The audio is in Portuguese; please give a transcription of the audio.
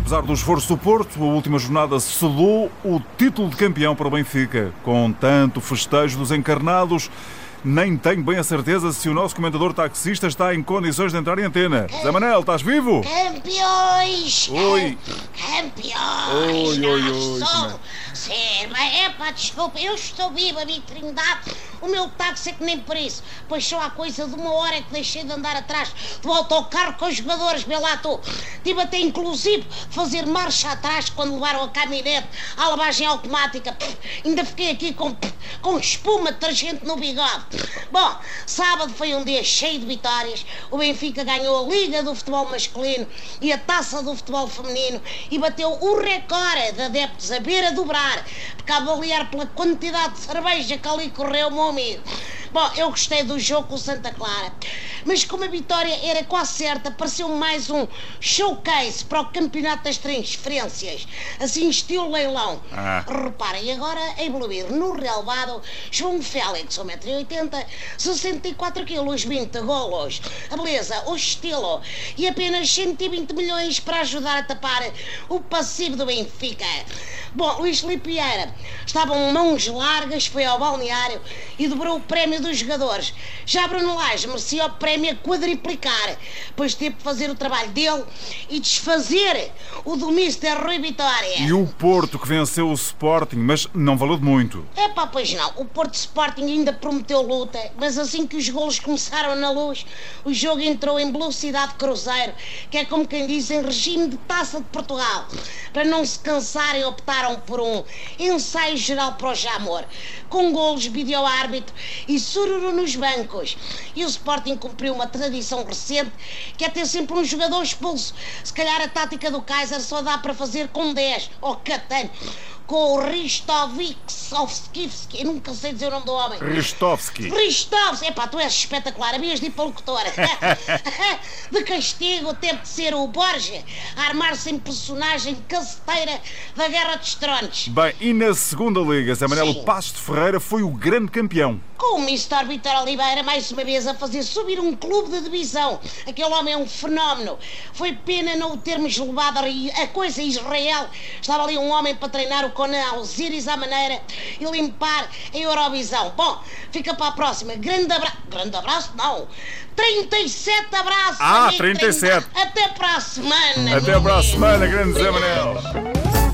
Apesar do esforço do Porto, a última jornada selou o título de campeão para o Benfica. Com tanto festejo dos encarnados, nem tenho bem a certeza se o nosso comentador taxista está em condições de entrar em antena. Zé Manel, estás vivo? Campeões! Oi! Campeões! Oi. Sério, desculpa, eu estou viva, amigo Trindade. O meu táxi é que nem por isso. Pois só há coisa de uma hora que deixei de andar atrás do autocarro com os jogadores, vê lá tu. Tive até inclusive de fazer marcha atrás quando levaram a caminhonete à lavagem automática. Ainda fiquei aqui com espuma detergente no bigode. Bom, sábado foi um dia cheio de vitórias. O Benfica ganhou a Liga do Futebol Masculino e a Taça do Futebol Feminino e bateu o recorde de adeptos a ver a dobrar, porque a avaliar pela quantidade de cerveja que ali correu, meu amigo. Bom, eu gostei do jogo com o Santa Clara, mas como a vitória era quase certa, pareceu mais um showcase para o campeonato das transferências, assim estilo leilão. Reparem, agora a evoluir no relevado, João Félix, 1,80m, 64 kg, 20 golos. A beleza, o estilo e apenas 120 milhões para ajudar a tapar o passivo do Benfica. Bom, Luís Filipe Vieira estavam mãos largas, foi ao balneário e dobrou o prémio dos jogadores. Já Bruno Lage merecia o prémio a quadriplicar, pois teve de fazer o trabalho dele e desfazer o do Mister Rui Vitória. E o Porto, que venceu o Sporting, mas não valeu de muito. Pois não, o Porto Sporting ainda prometeu luta, mas assim que os golos começaram na luz, o jogo entrou em velocidade cruzeiro, que é como quem diz em regime de Taça de Portugal. Para não se cansarem, optaram por um ensaio geral para o Jamor, com golos, vídeo-árbitro e sururu nos bancos. E o Sporting cumpriu uma tradição recente, que é ter sempre um jogador expulso. Se calhar a tática do Kaiser só dá para fazer com 10, ou Catano, com o Ristovski, eu nunca sei dizer o nome do homem. Ristovski, tu és espetacular, havias de ir para o locutor. De castigo teve de ser o Borja a armar-se em personagem caceteira da Guerra dos Tronos. Bem, e na segunda liga, Zé Manel, o Passos de Ferreira foi o grande campeão. Com o Mr. Vítor Oliveira mais uma vez a fazer subir um clube de divisão. Aquele homem é um fenómeno. Foi pena não o termos levado a coisa a Israel. Estava ali um homem para treinar o Conan Alzires à maneira e limpar a Eurovisão. Bom, fica para a próxima. Grande abraço não. 37 abraços. 37. Até para a semana. Até para a semana, grande Zé Manel.